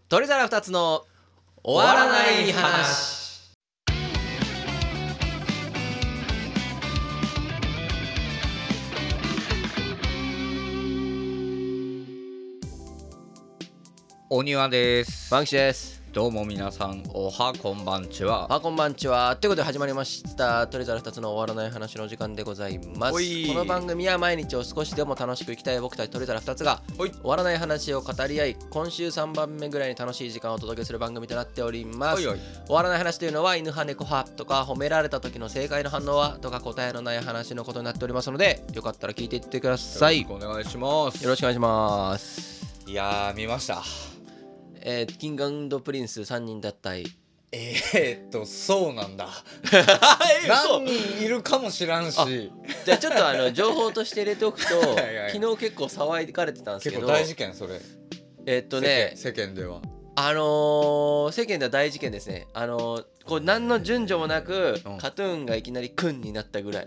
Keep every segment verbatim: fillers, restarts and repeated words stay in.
鳥皿ふたつの終わらない話。 お庭です。 バンキシです。 どうも皆さん、おはこんばんちは。 あこんばんちは。ということで始まりました鳥皿ふたつの終わらない話の時間でございます。この番組は毎日を少しでも楽しく生きたい僕たち鳥皿ふたつが終わらない話を語り合い、今週さんばんめぐらいに楽しい時間をお届けする番組となっております。 おいおい、 終わらない話というのは犬派猫派とか、褒められた時の正解の反応はとか、答えのない話のことになっておりますので、よかったら聞いていってください。 よろしくお願いします。 よろしくお願いします。 いやー、見ました。 えー、キング&プリンスさんにん脱退。 えー、っとそうなんだ。 え何人いるかもしらんし。 じゃあちょっとあの情報として入れておくとはいはい、 昨日結構騒がれてたんですけど、 結構大事件それ。 えーっとね世間、世間ではあのー、世間では大事件ですね。あのー、こう何の順序もなく、 うん、 カトゥーンがいきなりクンになったぐらい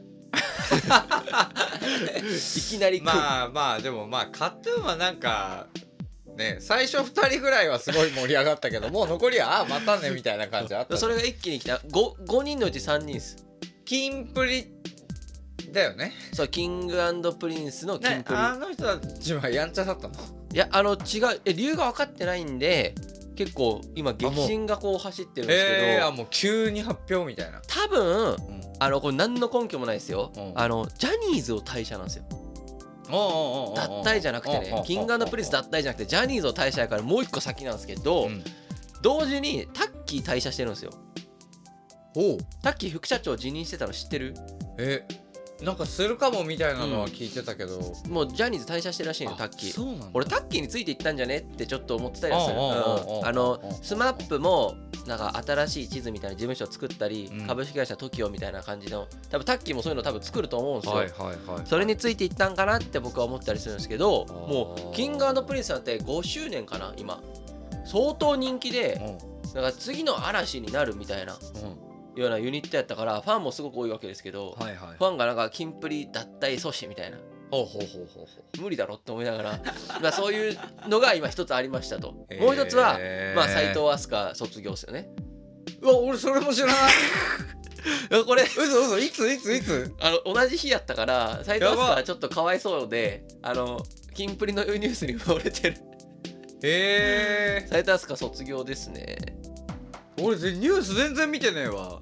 いきなりクン。 まあまあでもまあカトゥーンはなんかね、最初ふたりぐらいはすごい盛り上がったけどもう残りはあまたねみたいな感じあった。 それが一気に来た 5, 5人のうちさんにんです。 キンプリだよね。 そう、キング&プリンスのキンプリ、 ね、あの人たちはやんちゃだったの？ いや、あの違う、え理由が分かってないんで、結構今激震がこう走ってるんですけど、 えー、あもう急に発表みたいな。 多分、 うん、 あのこれ何の根拠もないですよ、 うん、 あのジャニーズを退社なんですよ。脱退じゃなくてね、キング&プリンス脱退じゃなくてジャニーズを退社やからもう一個先なんですけど、うん、同時にタッキー退社してるんですよ。 おう、 タッキー副社長辞任してたの知ってる？ えなんかするかもみたいなのは聞いてたけど、 うん、もうジャニーズ退社してるらしいのタッキー。 そうなんだ。 俺タッキーについていったんじゃねってちょっと思ってたりする。あのスマップもなんか新しい地図みたいな事務所を作ったり、うん、株式会社 トキオ みたいな感じの、多分タッキーもそういうの多分作ると思うんですよ、はいはいはいはい、それについていったんかなって僕は思ったりするんですけど、もうキング&プリンスなんてごしゅうねんかな今、相当人気で、うん、なんか次の嵐になるみたいな、うん、ようなユニットやったからファンもすごく多いわけですけど、はいはい、ファンがなんかキンプリ脱退阻止みたいな、ほうほうほうほう無理だろって思いながらまあそういうのが今一つありましたと。もう一つはまあ斎藤飛鳥卒業ですよね。 うわ、俺それも知らないこれ嘘嘘、いついついつあの同じ日やったから斎藤飛鳥はちょっとかわいそうで、あのキンプリのニュースに触れてる。 へえ、 斎藤飛鳥卒業ですね。 俺ニュース全然見てねえわ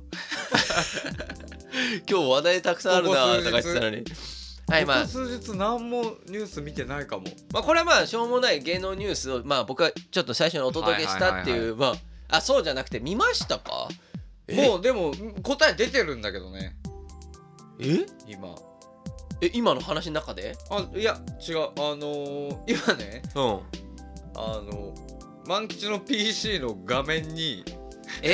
今日話題たくさんあるなとか言ってたのに、 はい、まあ、ここ数日何もニュース見てないかも。 まあこれはまあしょうもない芸能ニュースをまあ僕はちょっと最初にお届けしたっていう、まああそうじゃなくて見ましたか？ もうでも答え出てるんだけどね。 え今え今の話の中で？ あいや違う、あのー、今ね、 うん、 あの万吉の ピーシー の画面にえ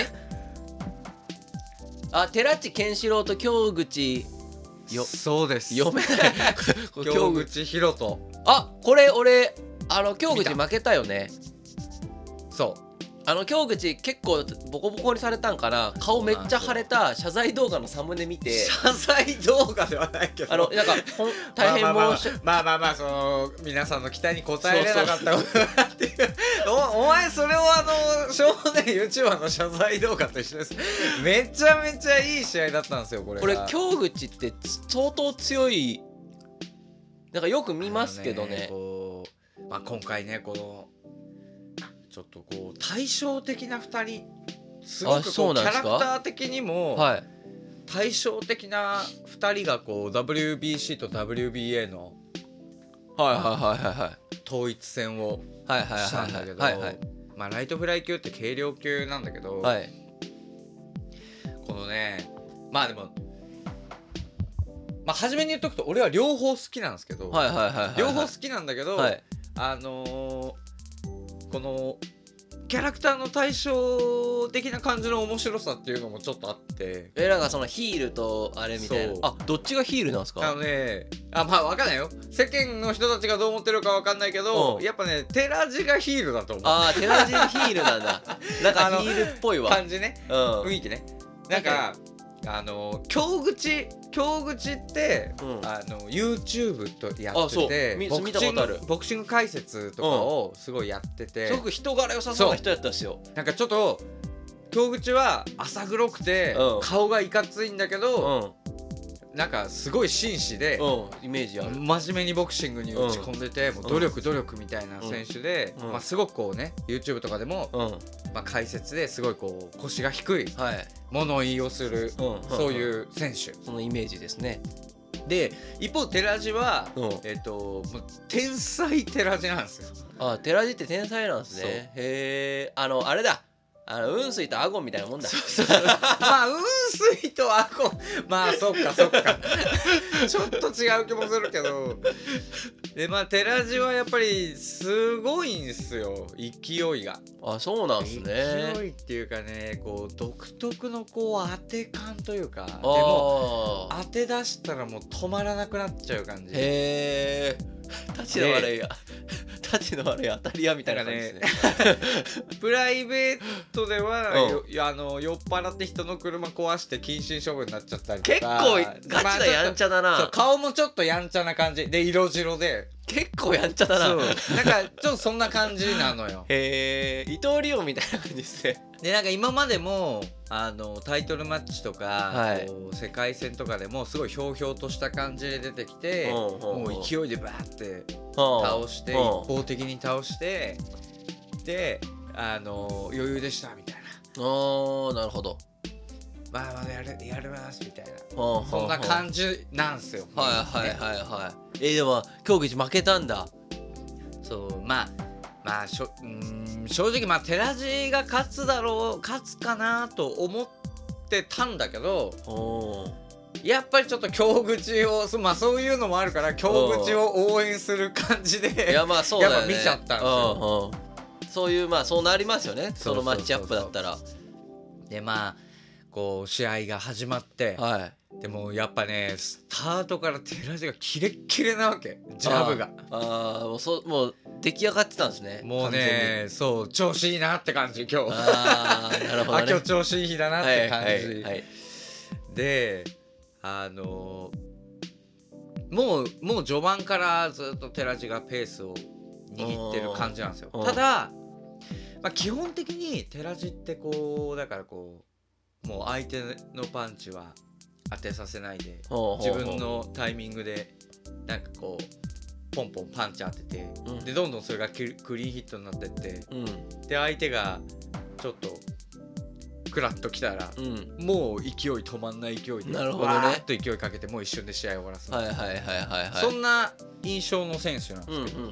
あ寺地健志郎と京口よ、 そうです、 読めない京口博人。 あこれ俺あの京口負けたよね。 そうあの京口結構ボコボコにされたんかな。顔めっちゃ腫れた謝罪動画のサムネ見て、 謝罪動画ではないけど、 あのなんかほん大変申し訳まあまあまあ、その皆さんの期待に応えれなかったことだっていう。お, お前それをあのしょうもね YouTuber の謝罪動画と一緒です。めちゃめちゃいい試合だったんですよこれ。 これ京口って相当強い、なんかよく見ますけど ね, ねこう、まあ、今回ねこのちょっとこう対照的なふたり、すごくこうキャラクター的にも対照的なふたりがこう ダブリュービーシー と ダブリュービーエー の統一戦をしたんだけど、まあライトフライ級って軽量級なんだけど、はい、このね、まあでもまあ初めに言っとくと俺は両方好きなんですけど、両方好きなんだけど、はい、あのーこのキャラクターの対照的な感じの面白さっていうのもちょっとあって、 えなんかそのヒールとあれみたいな、あどっちがヒールなんですか？ あのね、あまあ分かんないよ、世間の人たちがどう思ってるか分かんないけど、うん、やっぱねテラジがヒールだと思う。 あテラジヒールなんだなんかヒールっぽいわ感じね、うん、雰囲気ね。なんかあの京口京口って、うん、あの YouTube とやっててボクシングボクシング解説とかをすごいやってて、 うん、すごく人柄良さそうな人やったんですよ。 なんかちょっと京口は浅黒くて、うん、顔がいかついんだけど、うん、なんかすごい紳士で、 うん、イメージある。 真面目にボクシングに打ち込んでて、うん、もう努力努力みたいな選手で、うん、まあ、すごくこうね YouTube とかでも、うん、まあ、解説ですごいこう腰が低い物言いをする、はい、そういう選手、 そのイメージですね。 で一方寺地は、うん、えっともう天才寺地なんですよ。 あ、寺地って天才なんですね。へえ、あのあれだ、あの雲水とアゴンみたいなもんだ。 そうそうそうまあ雲水とアゴン、まあそっかそっかちょっと違う気もするけど、でまあ寺地はやっぱりすごいんですよ、勢いが。 あ、そうなんですね。 勢いっていうかね、こう独特のこう当て感というか、でも当て出したらもう止まらなくなっちゃう感じ。 へえ、立ちの悪いや立ちの悪い当たり屋みたいな感じですね。 プライベートでは、うん、あの酔っ払って人の車壊して謹慎処分になっちゃったりとか。 結構ガチなやんちゃだな、まあ、 そう顔もちょっとやんちゃな感じで色白で結構やんちゃだな。 そうなんかちょっとそんな感じなのよ。 へえ、伊藤リオみたいな感じですね。 でなんか今までもあのタイトルマッチとか、はい、こう世界戦とかでもすごいひょうひょうとした感じで出てきて、もう勢いでバーって倒して、一方的に倒してであの余裕でしたみたいな。 ああ、なるほど。 まあまあやるやりますみたいな、そんな感じなんすよ。 はいはいはいはい。えー、でも京口負けたんだ。 そうまあまあしょうん正直まあ寺地が勝つだろう勝つかなと思ってたんだけど、やっぱりちょっと京口をまあそういうのもあるから京口を応援する感じで、 いやまあそうだよね、 やっぱ見ちゃったんですよ。 そういうまあそうなりますよね、そのマッチアップだったら。 でまあこう試合が始まって、はい、でもやっぱねスタートから寺地がキレッキレなわけ、ジャブが。 ああ、もうそもう出来上がってたんですね。 もうね、そう調子いいなって感じ今日。ああ、なるほどね。あ、今日調子いい日だなって感じ、はいはいはい、であのー、もうもう序盤からずっと寺地がペースを握ってる感じなんですよ。ただ、まあ、基本的に寺地ってこうだからこうもう相手のパンチは当てさせないで自分のタイミングでなんかこうポンポンパンチ当てて、うん、でどんどんそれがクリーンヒットになってって、うん、で相手がちょっとクラッときたら、うん、もう勢い止まんない勢いで、なるほどね、わーっと勢いかけてもう一瞬で試合を終わらす、はいはいはいはいはい、そんな印象の選手なんですけど、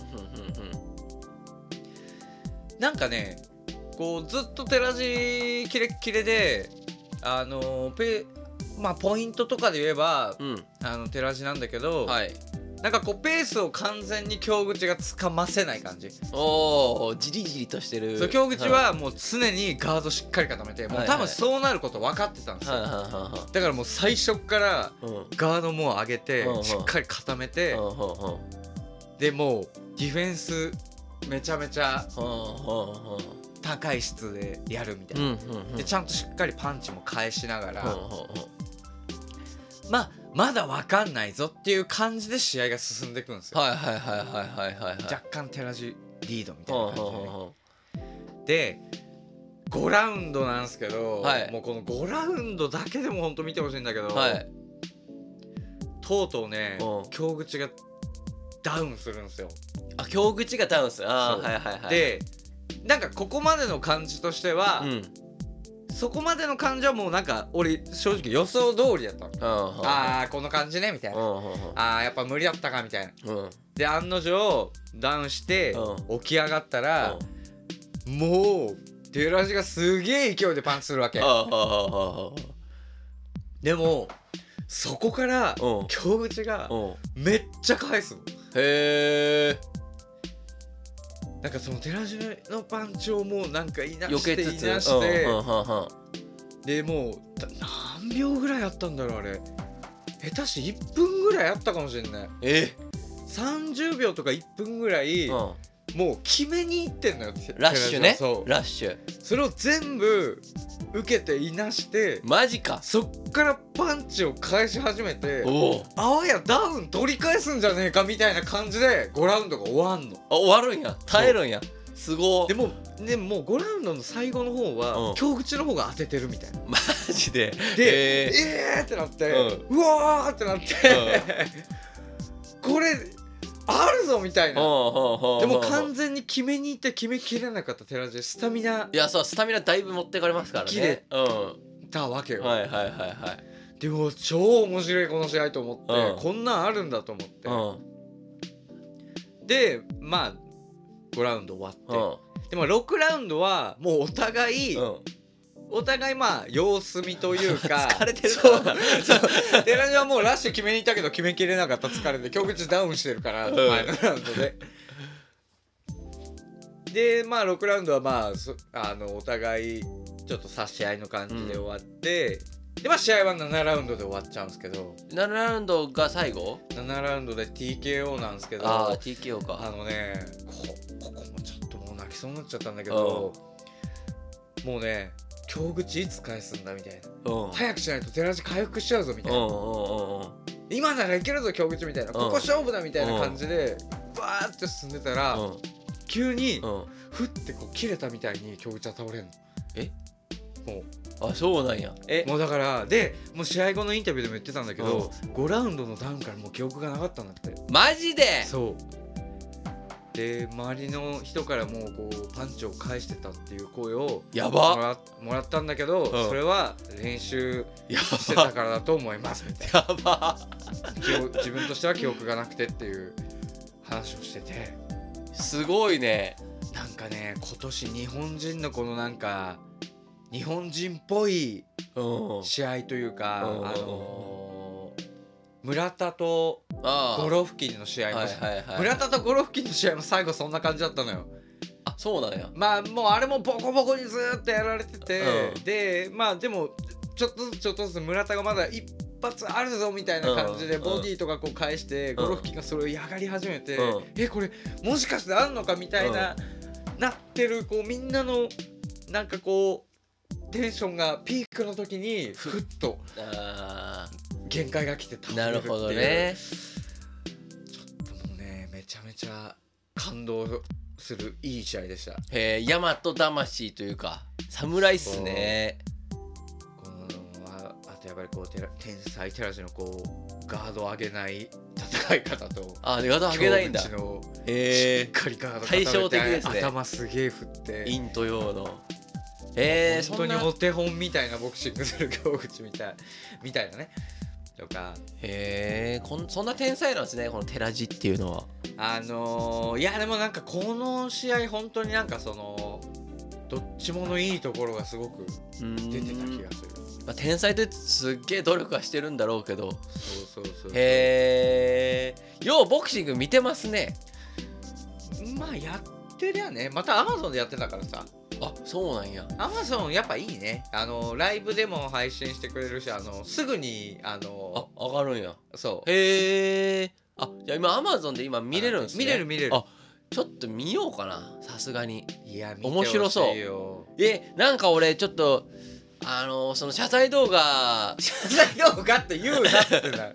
なんかねこうずっと寺地キレッキレであのペまあポイントとかで言えば、うん、あの寺地なんだけど、はい、なんかこうペースを完全に京口がつかませない感じ。 おお、じりじりとしてる。 そう京口はもう常にガードしっかり固めて、もう多分そうなること分かってたんですよ。だからもう最初からガードも上げてしっかり固めて、でもうディフェンスめちゃめちゃ高い質でやるみたいな、うんうんうん、でちゃんとしっかりパンチも返しながら、うんうんうん、まあまだ分かんないぞっていう感じで試合が進んでいくんですよ。はいはいはいはいはいはい、若干寺地リードみたいな感じで、うんうんうん、でごラウンドなんですけど、はい、もうこのごラウンドだけでも本当見てほしいんだけど、はい、とうとうね、うん、京口がダウンするんですよ。 あ、京口がダウンする。あ、はいはいはい。 でなんかここまでの感じとしては、うん、そこまでの感じはもうなんか俺正直予想通りだったの、うん、ああこの感じねみたいな、うん、ああやっぱ無理だったかみたいな、うん、で案の定ダウンして起き上がったら、うん、もう寺地がすげえ勢いでパンチするわけ、でもそこから京口がめっちゃ返すの。へえ。なんかその寺地のパンチをもうなんかいなしていなして、でもう何秒ぐらいあったんだろうあれ、下手しいっぷんぐらいあったかもしれない。えさんじゅうびょうとかいっぷんぐらい、うん、もう決めにいってんのよ、 ラッシュね。そうラッシュ、 それを全部受けていなして、 マジか。 そっからパンチを返し始めて、 おあわやダウン取り返すんじゃねえかみたいな感じでごラウンドが終わんの。 あ、終わるんや。耐えるんや。すごい。 でもでももうごラウンドの最後の方は、 うん、 京口の方が当ててるみたいな。 マジで。 で、えー、えーってなって、うん、うわーってなって、うん、これあるぞみたいな。でも完全に決めに行って決めきれなかった寺地、スタミナ、 いやそう、スタミナだいぶ持ってかれますからね。 切れたわけよ。 はいはいはいはい。 でも超面白いこの試合と思って、うん、こんなんあるんだと思って、うん、でまあごラウンド終わって、うん、でもろくラウンドはもうお互い、うん、お互いまあ様子見というか疲れてるからそうそう寺地はもうラッシュ決めに行ったけど決めきれなかった、疲れて京口ダウンしてるから、うん、前のラウンドででまあろくラウンドはまああのお互いちょっと差し合いの感じで終わって、うん、でまあ試合はななラウンドで終わっちゃうんですけど、 ななラウンドが最後ななラウンドで ティーケーオー なんですけど、 ああ ティーケーオー か。 あのね こ, ここもちょっともう泣きそうになっちゃったんだけど、うん、もうね京口いつ返すんだみたいな、うん、早くしないと寺地回復しちゃうぞみたいな、うんうんうんうん、今ならいけるぞ京口みたいな、うん、ここ勝負だみたいな感じでバーって進んでたら、うん、急に、うん、ふってこう切れたみたいに京口は倒れんの。えもうあ、そうなんや。 えもうだからでもう試合後のインタビューでも言ってたんだけど、うん、ごラウンドのダウンからもう記憶がなかったんだって。 マジで。 そうで周りの人からもうこうパンチを返してたっていう声をやばも ら, もらったんだけど、うん、それは練習してたからだと思いますみたいな。 やば自分としては記憶がなくてっていう話をしてて、 すごいね。 なんかね今年日本人のこのなんか日本人っぽい試合というか、うん、あのー、村田とゴロフキンの試合も、はいはいはい、村田とゴロフキンの試合も最後そんな感じだったのよ。 あ、そうなんや。 まあもうあれもボコボコにずっとやられてて、うん、でまあでもちょっとずつちょっとずつ村田がまだ一発あるぞみたいな感じでボディとかこう返して、うん、ゴロフキンがそれをやがり始めて、うん、えこれもしかしてあんのかみたいな、うん、なってるこうみんなのなんかこうテンションがピークの時にふっと限界が来て倒れるっていう。 なるほどね。 ちょっともうねめちゃめちゃ感動するいい試合でした。 へえ、大和魂というか侍っすね。 この あ, あとやっぱりこう天才寺地のこうガード上げない戦い方と、 あガード上げないんだ。 京口のしっかりガード対照的ですね。 頭すげえ振って陰と陽のえー、 本当にお手本みたいなボクシングする京口みたいみたいなねとか。 へえ、そんな天才なんですねこの寺地っていうのは。 あのー、いやでもなんかこの試合本当になんかそのどっちものいいところがすごく出てた気がする。 まあ、天才ってすっげえ努力はしてるんだろうけど。そうそうそうそう。 へえ、ようボクシング見てますね。 まあやってりゃね、またアマゾンでやってたからさ。 あ、そうなんや。 アマゾンやっぱいいね。あのライブでも配信してくれるし、あのすぐにあのあ上がるんや。 そう。 へえ。あ、じゃあ今アマゾンで今見れるんですね。 見れる見れる。 あ、ちょっと見ようかな。さすがに。 いや見てほしいよ。面白そう。 え、なんか俺ちょっとあのその謝罪動画謝罪動画って言うなってな。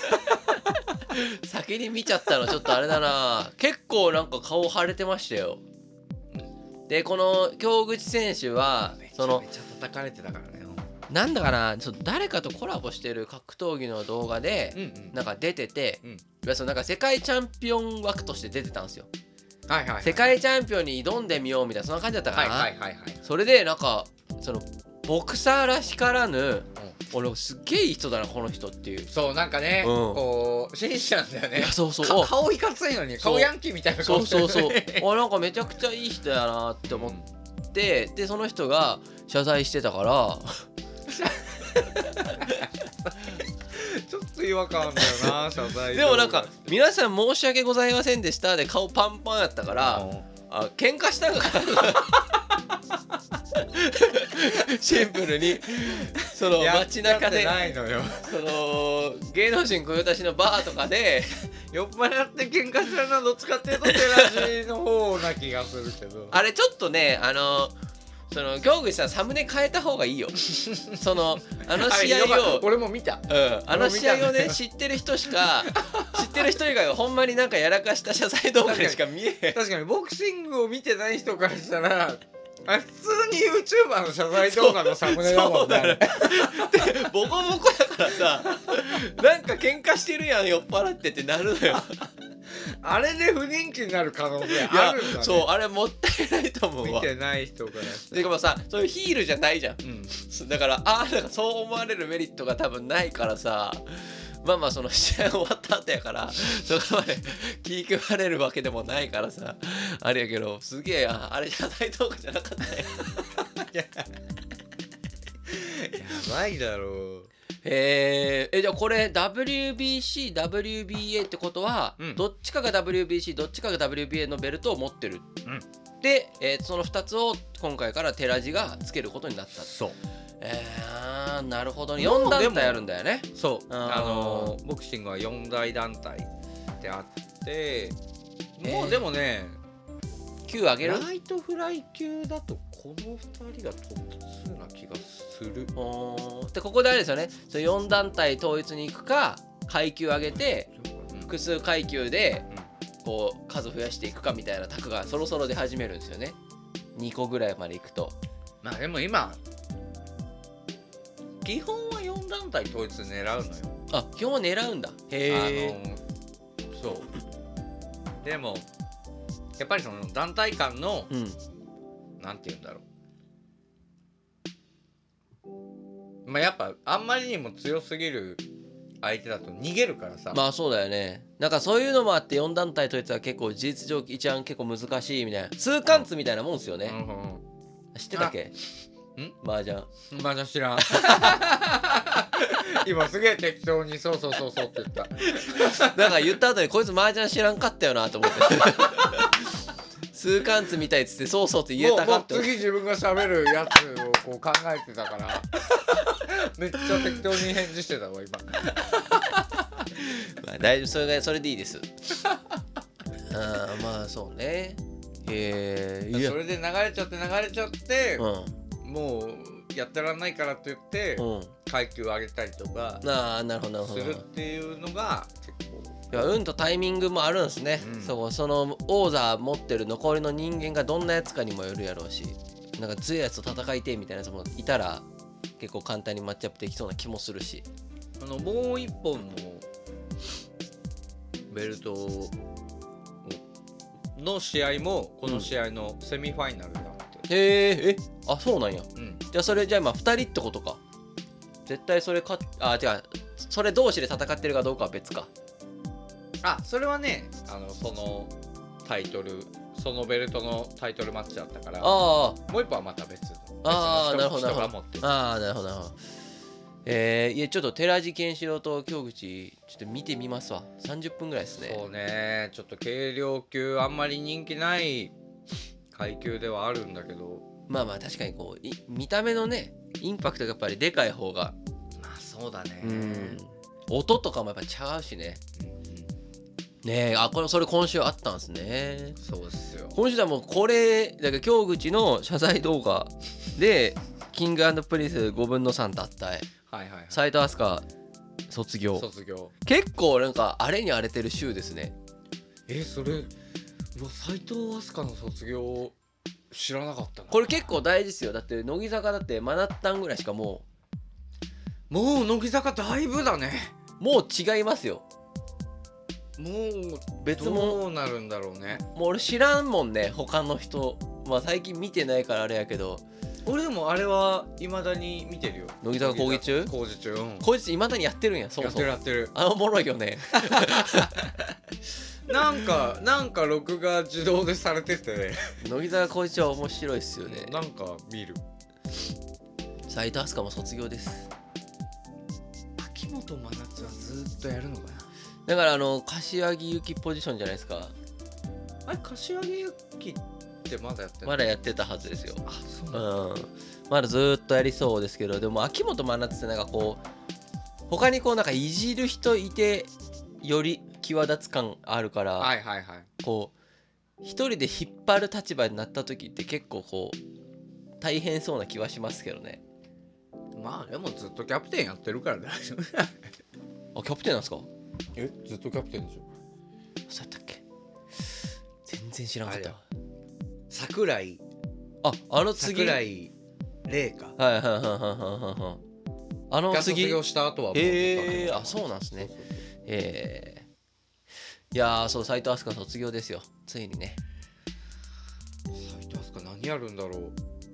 先に見ちゃったのちょっとあれだな。結構なんか顔腫れてましたよ。でこの京口選手はそのめちゃめちゃ叩かれてたからね。 なんだかな、ちょっと誰かとコラボしてる格闘技の動画で、うんうん、なんか出てて、うん、いやそのなんか世界チャンピオン枠として出てたんですよ。 はいはいはい、 世界チャンピオンに挑んでみようみたいなそんな感じだったかな。 はいはいはいはい、 それでなんかそのボクサーらしからぬ、うん、俺すっげえいい人だなこの人っていう。 そうなんかね、うん、こう紳士なんだよね。いやそうそう顔いかついのに顔ヤンキーみたいな顔してる、ね、 そうそうそうあなんかめちゃくちゃいい人やなって思って、うん、でその人が謝罪してたからちょっと違和感あんだよな謝罪。 でもなんか皆さん申し訳ございませんでしたで顔パンパンやったから、うん、あ喧嘩したんかシンプルにその街中でないのよその芸能人御用達のバーとかで酔っ払って喧嘩したのどっちかっていうと寺地の方な気がするけどあれちょっとねあのその京口さんサムネ変えた方がいいよそのあの試合を俺も見た、 うん、あの試合をね知ってる人しか知ってる人以外はほんまになんかやらかした謝罪動画でしか見えへん。 確かにボクシングを見てない人からしたらあ、普通に YouTuber の謝罪動画のサムネだもんね。でボコボコやからさなんか喧嘩してるやん酔っ払ってってなるのよあれで不人気になる可能性あるんだね。 そう、あれもったいないと思うわ。 見てない人からでもさ、そういうヒールじゃないじゃん、 うん、 だからあなんかそう思われるメリットが多分ないからさ、まあまあその試合終わった後やからそこまで気配られるわけでもないからさあれやけど、すげえあれ謝罪動画じゃなかったねやばいだろう。 へえ、じゃあこれ ダブリュービーシー、ダブリュービーエー ってことは、うん、どっちかが ダブリュービーシー、どっちかが ダブリュービーエー のベルトを持ってる、うん、で、えー、そのふたつを今回から寺地がつけることになった。 そう、 えー、なるほどね。よん団体あるんだよね。 そう、あのー、ボクシングはよん大団体ってあって、もうでもね、 級上げる？ ライトフライ級だとこのふたりがトップツーな気がする。 でここであれですよね、そのよん団体統一に行くか階級上げて複数階級でこう数増やしていくかみたいな卓がそろそろ出始めるんですよね。にこぐらいまでいくと。 まあでも今基本はよん団体統一狙うのよ。 あ、基本は狙うんだ。へえ。 あのそうでもやっぱりその団体間の、うん、なんて言うんだろう、まあやっぱあんまりにも強すぎる相手だと逃げるからさ。 まあそうだよね。なんかそういうのもあってよん団体統一は結構事実上一番結構難しいみたいな、ツーカンツみたいなもんですよね、うんうんうん、知ってたっけ？ん？麻雀麻雀知らん今すげえ適当にそうそうそうそうって言ったなんか言った後にこいつ麻雀知らんかったよなと思ってツーカンツみたいっつってそうそうって言えたかって。 もう次自分が喋るやつをこう考えてたからめっちゃ適当に返事してたわ今まあ大丈夫、それがそれでいいですあまあそうね。へえ。 それで流れちゃって流れちゃって、うん、もうやってらんないからと言って、うん、階級上げたりとかあなるほどなるほどするっていうのが結構いや運とタイミングもあるんですね、うん、そうその王座持ってる残りの人間がどんなやつかにもよるやろうし、なんか強いやつと戦いてみたいなやつもいたら結構簡単にマッチアップできそうな気もするし、 あのもう一本のベルトの試合もこの試合のセミファイナルだって、 うん、へええあそうなんや、うん、じゃあそれじゃあ今ふたりってことか。絶対それかあ違うそれ同士で戦ってるかどうかは別か。 あそれはねあのそのタイトルそのベルトのタイトルマッチだったから、あもう一本はまた別のああなるほど人が持ってる。 ああなるほどなるほど。えー、いやちょっと寺地健志郎と京口ちょっと見てみますわ。さんじゅっぷんぐらいですね。 そうね、ちょっと軽量級あんまり人気ない階級ではあるんだけど、 まあまあ確かにこうい見た目のねインパクトがやっぱりでかい方がまあそうだね、 うん、音とかもやっぱちゃうしね、うん、ねえあこれそれ今週あったんですね。 そうですよ。 今週はもうこれだから京口の謝罪動画でキング&プリンスごぶんのさん脱退、はいはいはい、斉藤飛鳥卒業卒業結構なんか荒れに荒れてる週ですね。 えそれうわ斉藤飛鳥の卒業知らなかったな。 これ結構大事ですよ。だって乃木坂だってマナッタンぐらいしかもうもう乃木坂だいぶだね。 もう違いますよ。 もう別もどうなるんだろうね。 もう俺知らんもんね他の人。まあ最近見てないからあれやけど俺でもあれは未だに見てるよ。 乃木坂講義中講義中うん講義中未だにやってるんや。そうそうやってるやってる。 あおもろいよねなんかなんか録画自動でされてて乃木坂講義中は面白いっすよね。 なんか見る。 斉藤飛鳥も卒業です。 秋元真夏はずっとやるのかな。 だからあの柏木由紀ポジションじゃないですか。 あれ柏木由紀ってまだやってる？ まだやってたはずですよ。 あそうなんだ、うん、 まだずっとやりそうですけど、でも秋元真夏ってなんかこう他にこうなんかいじる人いてより際立つ感あるから、 はいはいはい、 こう一人で引っ張る立場になった時って結構こう大変そうな気はしますけどね。 まあでもずっとキャプテンやってるから大丈夫じゃない。 あ、キャプテンなんですか？ え、ずっとキャプテンでしょ。 そうやったっけ？全然知らなかった。 桜井、 あ、あの次桜井玲香、 はいはいはいはいはいはい。あの次が卒業した後はもうえー、あ、そうなんですね。えー、いやー、そう、斎藤飛鳥卒業ですよ、ついにね。 斎藤飛鳥何やるんだろう。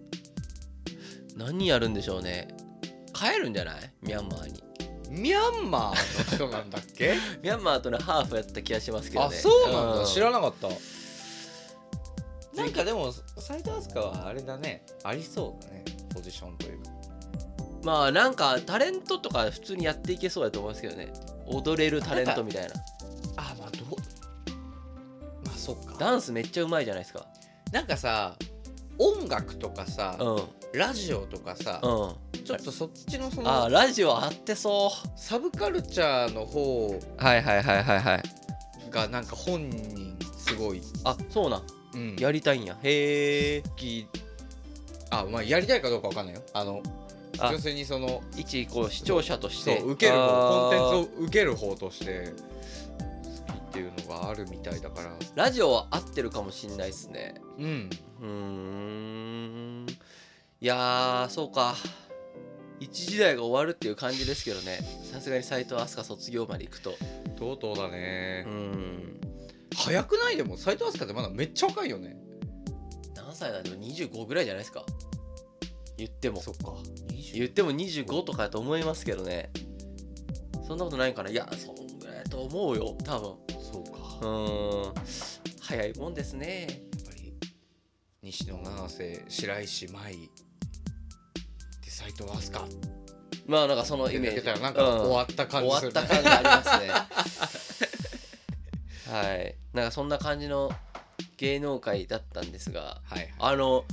何やるんでしょうね。帰るんじゃない？ミャンマーに。 ミャンマーの人なんだっけ？ ミャンマーとねハーフやった気がしますけどね。 あ、そうなんだ、 うん、 知らなかった。なんかでも斎藤飛鳥はあれだね、ありそうだね、ポジションというか。 まあなんかタレントとか普通にやっていけそうだと思いますけどね。踊れるタレントみたいな。 あ、まあどう、まあそっか。 ダンスめっちゃうまいじゃないですか。 なんかさ、音楽とかさ、 うん、 ラジオとかさ、 うん、 ちょっとそっちのそのあ、ラジオあってそう。 サブカルチャーの方はいはいはいはいはいがなんか本人すごい、 あ、そうなん、 うん、 やりたいんや。へえ。 あ、まあやりたいかどうかわかんないよ。あの純粋にその一こう視聴者としてそう受ける方、コンテンツを受ける方として好きっていうのがあるみたいだから、 ラジオは合ってるかもしんないっすね。 うんうーん、いやー、そうか、一時代が終わるっていう感じですけどね。さすがに斎藤飛鳥卒業まで行くととうとうだね。 うーん、 早くない？でも斎藤飛鳥ってまだめっちゃ若いよね。 何歳なんでもにじゅうごぐらいじゃないですか、言っても。 そっか、 言ってもにじゅうごとかだと思いますけどね。そんなことないかな。いや、そんぐらいだと思うよ、多分。 そうか。 うーん、早いもんですね。 やっぱり西野七瀬、白石麻衣で斎藤飛鳥まあなんかそのイメージ。 なんか終わった感じするね。 終わった感じありますね。はい。なんかそんな感じの芸能界だったんですが、 はいはい、 あの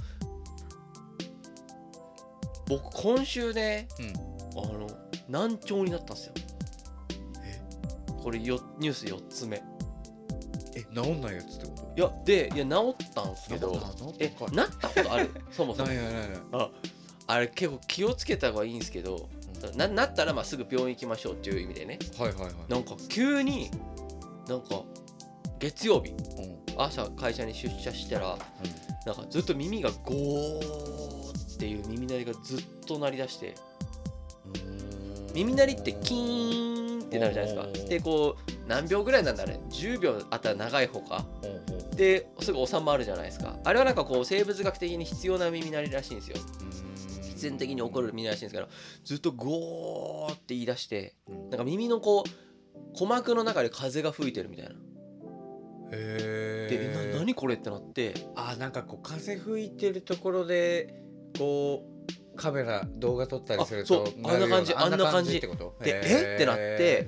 僕今週ね、 うん、 あの難聴になったんですよ。 え、 これよニュースよっつめ。 え、治んないやつってこと？ いやでいや治ったんですけど、え、なったことある？そもそも。 ないないないない。 あ、あれ結構気をつけた方がいいんですけど、うん、な, なったらまあすぐ病院行きましょうっていう意味でね。 はいはいはい。なんか急になんか月曜日、 うん、 朝会社に出社したら、うん、なんかずっと耳がゴーっていう耳鳴りがずっと鳴り出して、耳鳴りってキーンってなるじゃないですか。でこう何秒ぐらいなんだね、じゅうびょうあったら長いほかですぐ収まるじゃないですか。あれはなんかこう生物学的に必要な耳鳴りらしいんですよ。必然的に起こる耳鳴りらしいんですけど、ずっとゴーって言い出して、なんか耳のこう鼓膜の中で風が吹いてるみたいな。 へーで、な、何これってなって、 あ、なんかこう風吹いてるところでこうカメラ動画撮ったりすると、 あ、あんな感じ、あんな感じってことで、えってなって、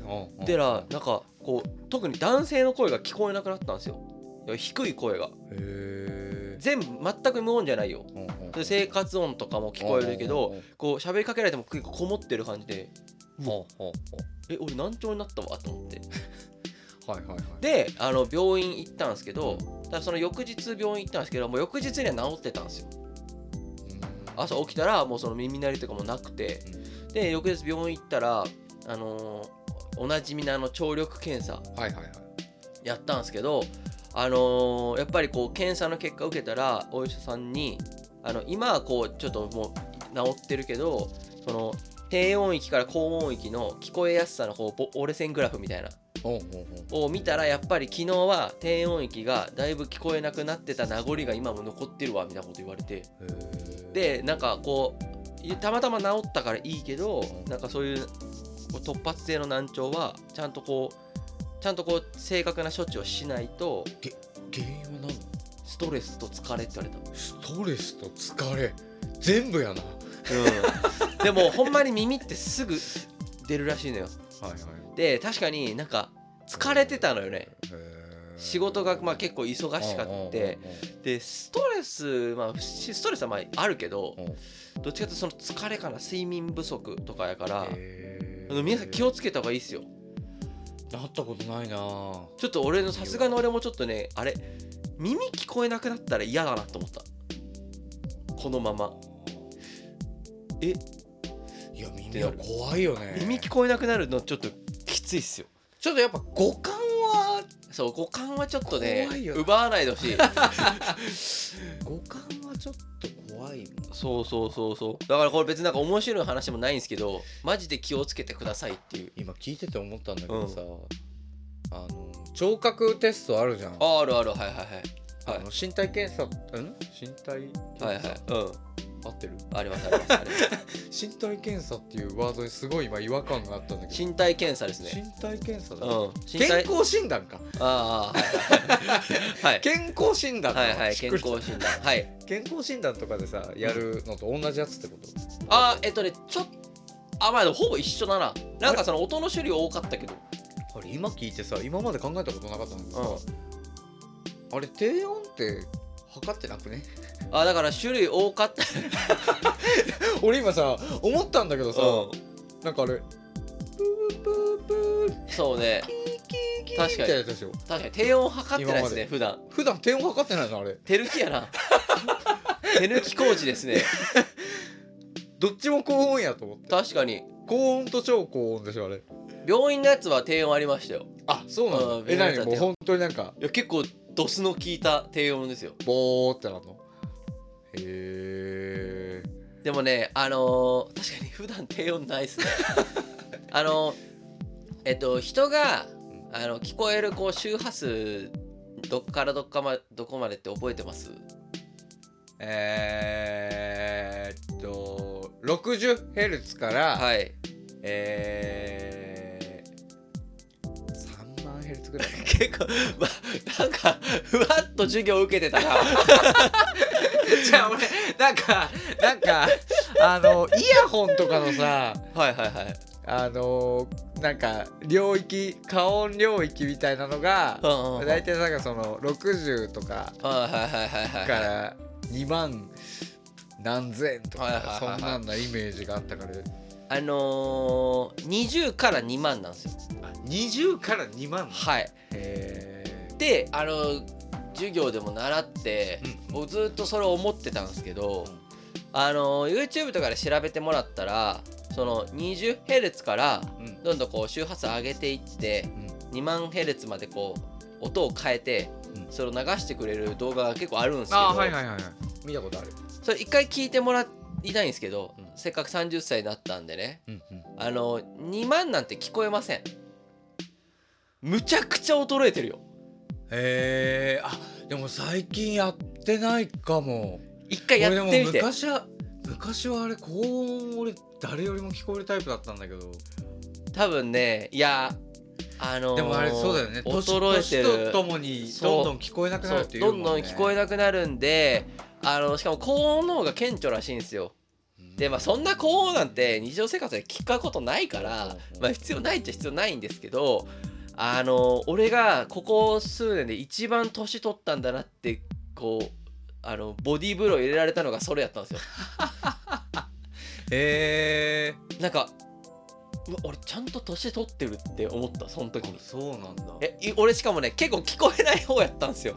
でらなんかこう特に男性の声が聞こえなくなったんですよ。低い声が。へ全部全く無音じゃないよ。で生活音とかも聞こえるけど、こう喋りかけられても結構こもってる感じで、え、俺難聴になったわと思って。はいはいはい、であの病院行ったんですけど、ただその翌日病院行ったんですけど、もう翌日には治ってたんですよ。朝起きたらもうその耳鳴りとかもなくて、で翌日病院行ったら、あのー、おなじみのあの聴力検査やったんですけど、あのー、やっぱりこう検査の結果を受けたらお医者さんに、あの今はこうちょっともう治ってるけど、その低音域から高音域の聞こえやすさのこう折れ線グラフみたいなを見たら、やっぱり昨日は低音域がだいぶ聞こえなくなってた名残が今も残ってるわみたいなこと言われて、でなんかこうたまたま治ったからいいけど、なんかそういう突発性の難聴はちゃんとこうちゃんとこう正確な処置をしないと。 原因は何なの？ ストレスと疲れって言われた。 ストレスと疲れ全部やな。 うん、でもほんまに耳ってすぐ出るらしいのよ。はいはい、で確かになんか疲れてたのよね。仕事がまあ結構忙しかって、でストレス、まあストレスはまああるけど、どっちかというとその疲れかな、睡眠不足とかやから、皆さん気をつけた方がいいですよ。 なったことないな。ちょっと俺のさすがの俺もちょっとね、あれ耳聞こえなくなったら嫌だなと思った。このままえいや耳は怖いよね。 耳聞こえなくなるのちょっときついっすよ。 ちょっとやっぱ五感はそう五感はちょっとね怖いよな奪わないでほしい。 五感はちょっと怖いもん。 そうそうそうそう。だからこれ別になんか面白い話もないんですけど、マジで気をつけてくださいっていう。 今聞いてて思ったんだけどさ、うん、あの聴覚テストあるじゃん。 ああるあるはいはいはい。 あの身体検査うん身体検査はいはいうん合ってるありますありますあります身体検査っていうワードにすごい今違和感があったんだけど。 身体検査ですね。 身体検査だ、 うん、 健康診断か。 ああはいはい、はい、 健康診断はいはい健康診断はい健康診断とかでさやるのと同じやつってこと？ ああえっとねちょっあまあでもほぼ一緒だな。なんかその音の種類多かったけど、 あれ今聞いてさ今まで考えたことなかったんだけどさ、うん、あれ低音って測ってなくね？ あだから種類多かった俺今さ思ったんだけどさ、 うん、 なんかあれプープープーそうねキーキーキー確かに確かに低音測ってないですね。普段普段低音測ってないのあれ。 手抜きやな手抜き工事ですねどっちも高音やと思って。 確かに高音と超高音でしょあれ。 病院のやつは低音ありましたよ。 あそうなんだ、うん、え何もう本当になんかいや結構ドスの効いた低音ですよ。 ボーってなるの。へえ。 でもねあのー、確かに普段低音ないっすねあのー、えっと人があの聞こえるこう周波数どっからどっかまどこまでって覚えてます？ えー、っと ろくじゅっヘルツ からはいえー、さんまんヘルツぐらい結構まあなんかふわっと授業受けてたなじゃあ俺なんかなんかあのイヤホンとかのさはいはいはいあのなんか領域過音領域みたいなのが大体なんかそのろくじゅうとかからにまん何千とかそんなんなイメージがあったから。 あのー、にじゅうからにまんなんですよ。 にじゅうからにまん。 はい。 へー。 であのー、授業でも習って、うん、僕ずっとそれを思ってたんですけど、うん、あのー、YouTube とかで調べてもらったらその にじゅっヘルツ からどんどんこう周波数上げていって、うん、にまんヘルツ までこう音を変えて、うん、それを流してくれる動画が結構あるんですけど、 あ、はいはいはいはい、見たことある。 それ一回聞いてもらいたいんですけど、うん、せっかくさんじゅっさいになったんでね、うんうん、あのにまんなんて聞こえません。むちゃくちゃ衰えてるよ。 へえ。あでも最近やってないかも。 一回やってみて。 俺でも昔は昔はあれ高音俺誰よりも聞こえるタイプだったんだけど、 多分ねいやあのー、 でもあれそうだよね、衰えてる年とともにどんどん聞こえなくなるっていうもんね。 どんどん聞こえなくなるんで、あのしかも高音の方が顕著らしいんですよ。でまあそんな高音なんて日常生活で聞くことないから、まあ、必要ないっちゃ必要ないんですけど、あの俺がここ数年で一番年取ったんだなってこうあのボディーブロー入れられたのがそれやったんですよへえ。 なんかうわ俺ちゃんと年取ってるって思ったその時に。 そうなんだ。 え俺しかもね結構聞こえない方やったんですよ。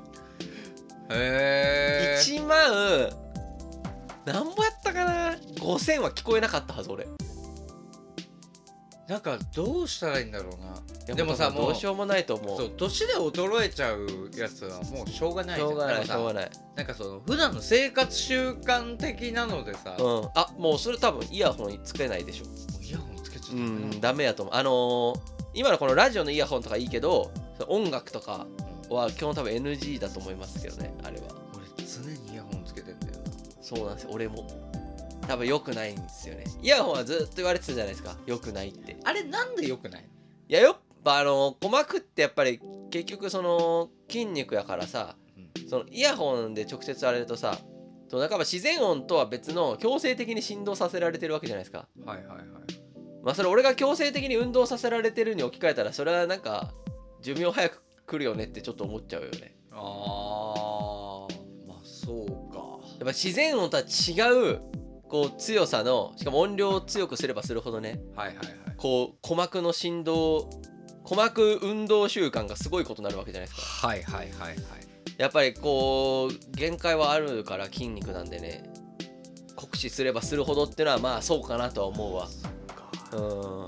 へえ。 いちまん何ぼやったかな、ごせんは聞こえなかったはず俺。 なんかどうしたらいいんだろうな。 でもさもうどうしようもないと思う。 そう年で衰えちゃうやつはもうしょうがないじゃん。 しょうがないしょうがない。 なんかその普段の生活習慣的なのでさ、 うん、あもうそれ多分イヤホンつけないでしょ。 イヤホンつけちゃう、 うんダメやと思う。あのー、今のこのラジオのイヤホンとかいいけど音楽とかは基本多分 エヌジー だと思いますけどねあれは。 俺常にイヤホンつけてんだよな。 そうなんですよ俺も。多分良くないんですよね。イヤホンはずっと言われてたじゃないですか良くないって。 あれなんで良くないの？ いややっぱあの鼓膜ってやっぱり結局その筋肉やからさ、うん、そのイヤホンで直接あれるとさ、そのなんか自然音とは別の強制的に振動させられてるわけじゃないですか。 はいはいはい。 まあそれ俺が強制的に運動させられてるに置き換えたらそれはなんか寿命早く来るよねってちょっと思っちゃうよね。 ああまあそうか。 やっぱ自然音とは違うこう強さの、しかも音量を強くすればするほどね、 はいはいはい、 こう鼓膜の振動鼓膜運動習慣がすごいことになるわけじゃないですか。 はいはいはいはい。 やっぱりこう限界はあるから筋肉なんでね、 酷使すればするほどっていうのはまあそうかなとは思うわ。うん。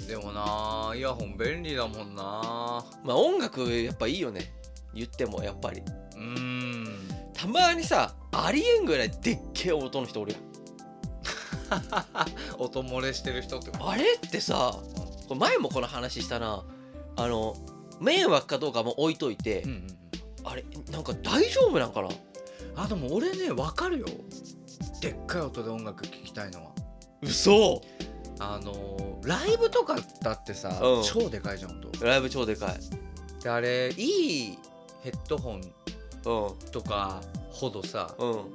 でもなイヤホン便利だもんな。 まあ音楽やっぱいいよね、言ってもやっぱり。 うーん。 たまにさありえんぐらいでっけえ音の人おるやん。 音漏れしてる人ってこと。 あれってさ、これ前もこの話したな。あの迷惑かどうかも置いといて、うんうんうん、あれなんか大丈夫なんかな。 あでも俺ね分かるよ、でっかい音で音楽聴きたいのは。 嘘。 あのー、ライブとかだってさ、うん、超でかいじゃん音。 ライブ超でかい。 であれいいヘッドホンとかほどさ、うん、もう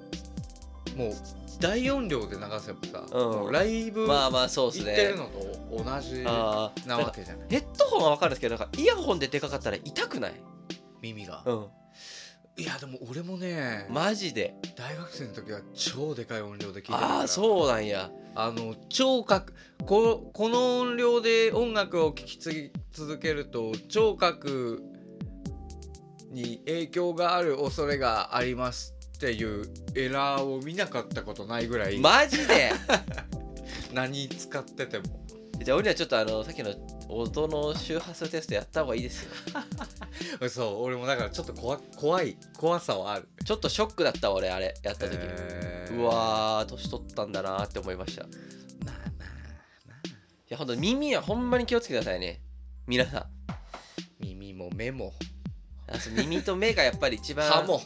大音量で流せばさ、うん、もうライブまあまあそうですね、 行ってるのと同じなわけじゃない。 ヘッドホンは分かるんですけど、なんかイヤホンででかかったら痛くない？ 耳が。 うん。 いやでも俺もねマジで大学生の時は超でかい音量で聴いてたから。 ああそうなんや。 あの聴覚 こ, この音量で音楽を聴きつ続けると聴覚に影響がある恐れがありますっていうエラーを見なかったことないぐらい。 マジで何使ってても。 じゃあ俺はちょっとあのさっきの音の周波数テストやった方がいいですよ。 そう俺もだからちょっと怖怖い怖さはある。 ちょっとショックだった俺あれやった時、えー、うわー年取ったんだなって思いました。まあまあまあいやほんと耳はほんまに気をつけてくださいね皆さん。 耳も目もあそう耳と目がやっぱり一番歯も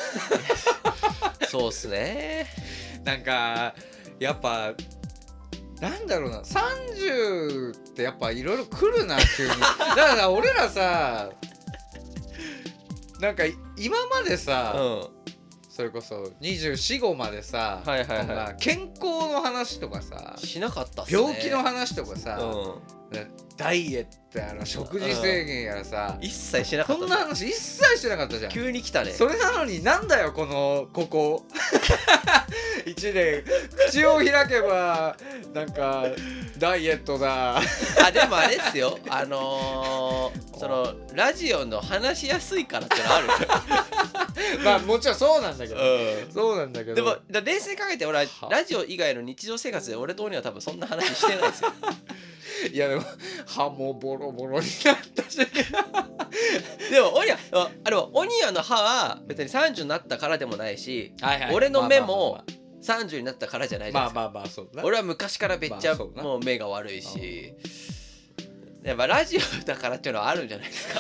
そうっすね。 なんかやっぱなんだろうな、さんじゅうってやっぱいろいろ来るな急に。だから俺らさなんか今までさ、うん、それこそにじゅうよん、ごまでさ、はいはいはい、健康の話とかさしなかったっすね。 病気の話とかさ、うん、ダイエットやら食事制限やらさ、 うん、一切しなかった。 こんな話一切してなかったじゃん。 急に来たね。 それなのになんだよこのここいちねん口を開けばなんかダイエットだ。 あでもあれっすよ、あのー、そのラジオの話しやすいからってのある。 まあもちろんそうなんだけど、うん、そうなんだけどでもだ冷静に考えて俺はラジオ以外の日常生活で俺と鬼は多分そんな話してないですよ。 いやでも歯もボロボロになったし。 でも鬼はあれは鬼はの歯は別にさんじゅうになったからでもないし、はいはい、俺の目もさんじゅうになったからじゃないじゃないですか。まあまあまあそうだ。俺は昔からめっちゃもう目が悪いし、やっぱラジオだからっていうのはあるんじゃないですか。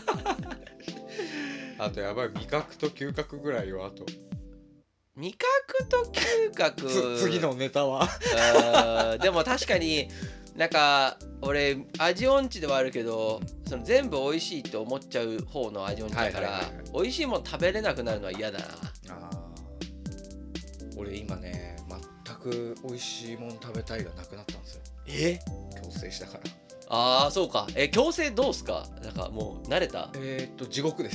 あとやばい味覚と嗅覚ぐらいよ。あと味覚と嗅覚次のネタはでも確かになんか俺味音痴ではあるけど、その全部美味しいって思っちゃう方の味音痴だから、はいはいはいはい、美味しいもの食べれなくなるのは嫌だな。あ俺今ね全く美味しいもの食べたいがなくなったんですよ。 え矯正したから。 ああそうか。え矯正どうすか。なんかもう慣れた。 えー、っと地獄です。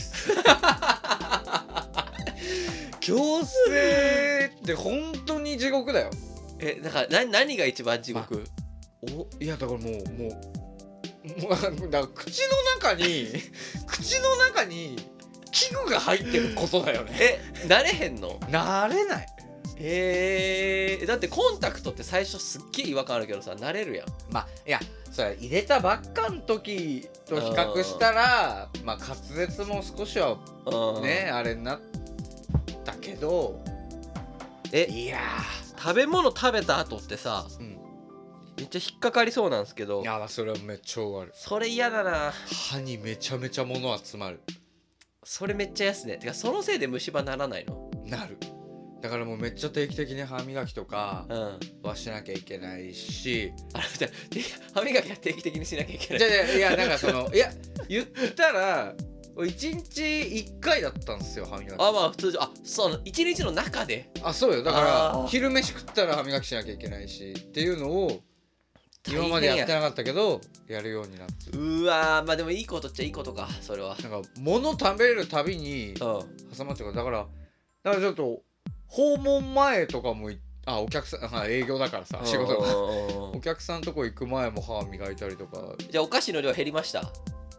矯正って本当に地獄だよ。 えだからな何が一番地獄、まおいやだからもうもうもうだから口の中に口の中に器具が入ってることだよね。 え慣れへんの。 慣れない。 えー、だってコンタクトって最初すっげえ違和感あるけどさ慣れるやん。 まあいやそれ入れたばっかの時と比較したらまあ滑舌も少しはねあれになったけど、 えいや食べ物食べた後ってさ、うん、めっちゃ引っかかりそうなんですけど。 いやそれはめっちゃ終わる。 それ嫌だな。 歯にめちゃめちゃ物集まる。 それめっちゃ嫌っすね。てかそのせいで虫歯ならないの。 なる。だからもうめっちゃ定期的に歯磨きとかはしなきゃいけないし、 うん、あじゃ歯磨きは定期的にしなきゃいけない。 じゃあいやなんかそのいや言ったらいちにちいっかいだったんですよ歯磨き。 あまあ普通あそういちにちの中で。 あそうよ。だから昼飯食ったら歯磨きしなきゃいけないしっていうのを今までやってなかったけどやるようになって。 うわまあでもいいことっちゃいいことかそれは。 なんか物食べるたびに挟まっちゃうから、だからだからちょっと訪問前とかもあお客さん営業だからさ仕事がお客さんとこ行く前も歯磨いたりとか。 じゃあお菓子の量減りました。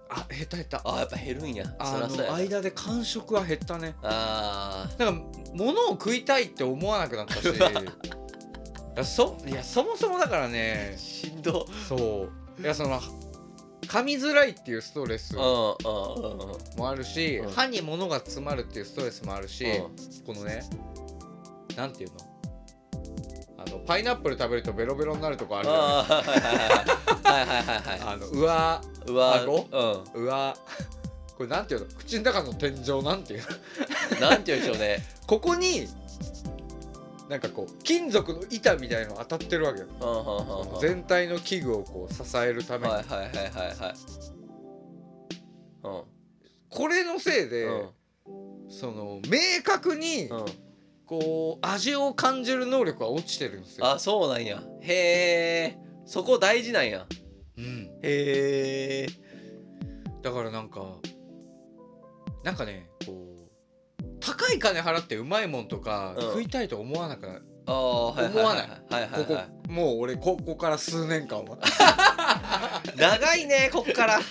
あ減った減った。 あやっぱ減るんや。 あの間で間食は減ったね。 ああなんか物を食いたいって思わなくなったしそいやそもそもだからねしんど。 そういやその噛みづらいっていうストレスもあるし、うん、歯に物が詰まるっていうストレスもあるし、うん、このねなんていうのあのパイナップル食べるとベロベロになるとこあるじゃないですか。あの上上顎、うん、上これなんていうの口の中の天井なんていうのなんていうんでしょうねここになんかこう金属の板みたいの当たってるわけよ。全体の器具をこう支えるために。はいはいはいはいはい。うん、これのせいで、うん、その明確に、うん、こう味を感じる能力が落ちてるんですよ。 あ、そうなんや。へえ。そこ大事なんや。 うん。 へえ。 だからなんかなんかねこう。高い金払ってうまいもんとか食いたいと思わなくなる、 うん、思わないここもう俺ここから数年間は長いねこっから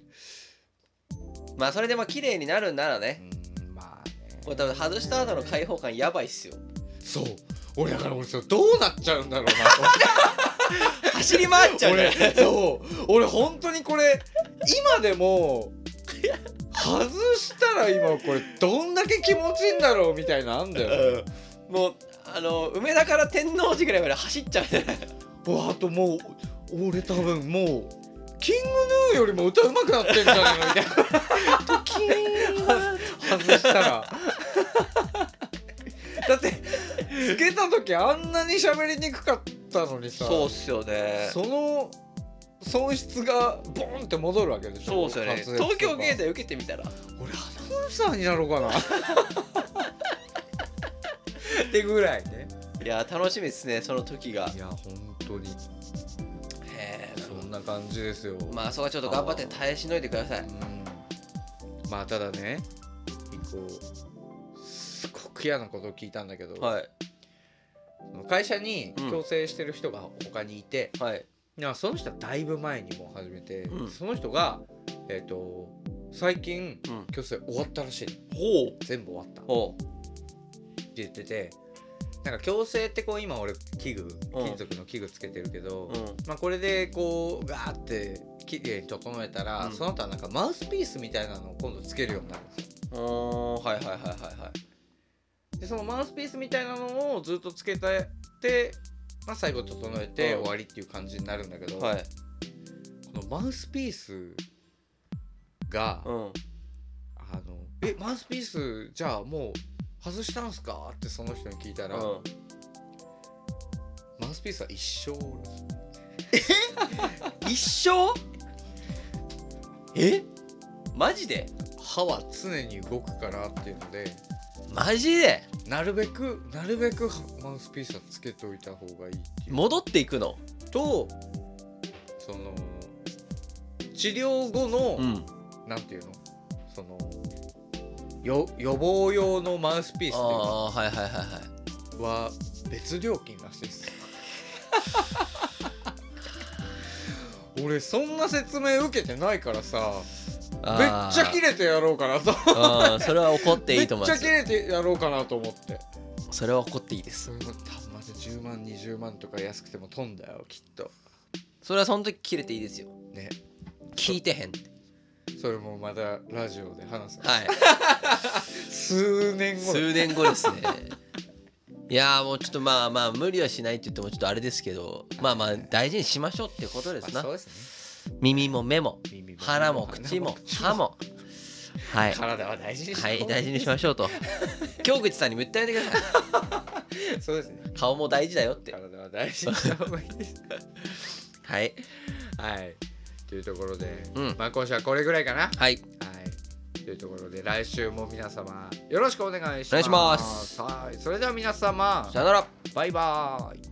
まあそれでまあ綺麗になるんならね、 うんまあねこれ多分外した後の開放感やばいっすよ。 そう俺だから俺そうどうなっちゃうんだろうなと走り回っちゃうね俺そう俺本当にこれ今でも外したら今これどんだけ気持ちいいんだろうみたいなあんだよ、ねうん、もうあの梅田から天王寺ぐらいまで走っちゃうねあともう俺多分もうキングヌーよりも歌うまくなってんじゃないのみたいなキン外したらだってつけた時あんなに喋りにくかったのにさそうっすよねその損失がボンって戻るわけでしょ。 そうですよね。東京芸大受けてみたら俺アナウンサーになろうかなってぐらいね。 いや楽しみですねその時が。 いや本当にへえそんな感じですよ。 まあそこはちょっと頑張って耐えしのいでください。うんまあただね一個すごく嫌なことを聞いたんだけど、はい、会社に強制してる人が他にいて、うんはいいやその人はだいぶ前にも始めて、うん、その人が、えー、と最近、うん、強制終わったらしいの。ほう全部終わったほうって言っててなんか強制ってこう今俺器具金属の器具つけてるけど、うんまあ、これでこうガーってきれいに整えたら、うん、その後はなんかマウスピースみたいなのを今度つけるようになるんですよ。おはいはいはいはいはいでそのマウスピースみたいなのをずっとつけてまあ、最後整えて終わりっていう感じになるんだけど、はい、このマウスピースが、うん、あのえマウスピースじゃあもう外したんすかってその人に聞いたら、うん、マウスピースは一生え一生えマジで歯は常に動くからっていうのでマジでなるべくなるべくマウスピースはつけておいた方がいいっていう戻っていくのとその治療後の、うん、なんていうのそのよ予防用のマウスピースっていうのあはいはいはいはいは別料金らしいです俺そんな説明受けてないからさめっちゃキレてやろうかなとあそれは怒っていいと思います。 めっちゃキレてやろうかなと思ってそれは怒っていいです。 まずじゅうまんにじゅうまんとか安くても飛んだよきっと。 それはその時キレていいですよね。聞いてへんってそれもまたラジオで話すはい数年後数年後ですねいやもうちょっとまあまあ無理はしないって言ってもちょっとあれですけどまあまあ大事にしましょうっていうことですな、まあ、そうですね耳も目も鼻も口も歯もはい体は大事にしましょう、 はい、大事にしましょうと京口さんにも言ってあげてくださいそうですね顔も大事だよって体は大事にした方がいいですはいはいというところで、うん、まあ今週はこれぐらいかなはい、はい、というところで来週も皆様よろしくお願いします。 お願いします。 はいそれでは皆様さよならバイバーイ。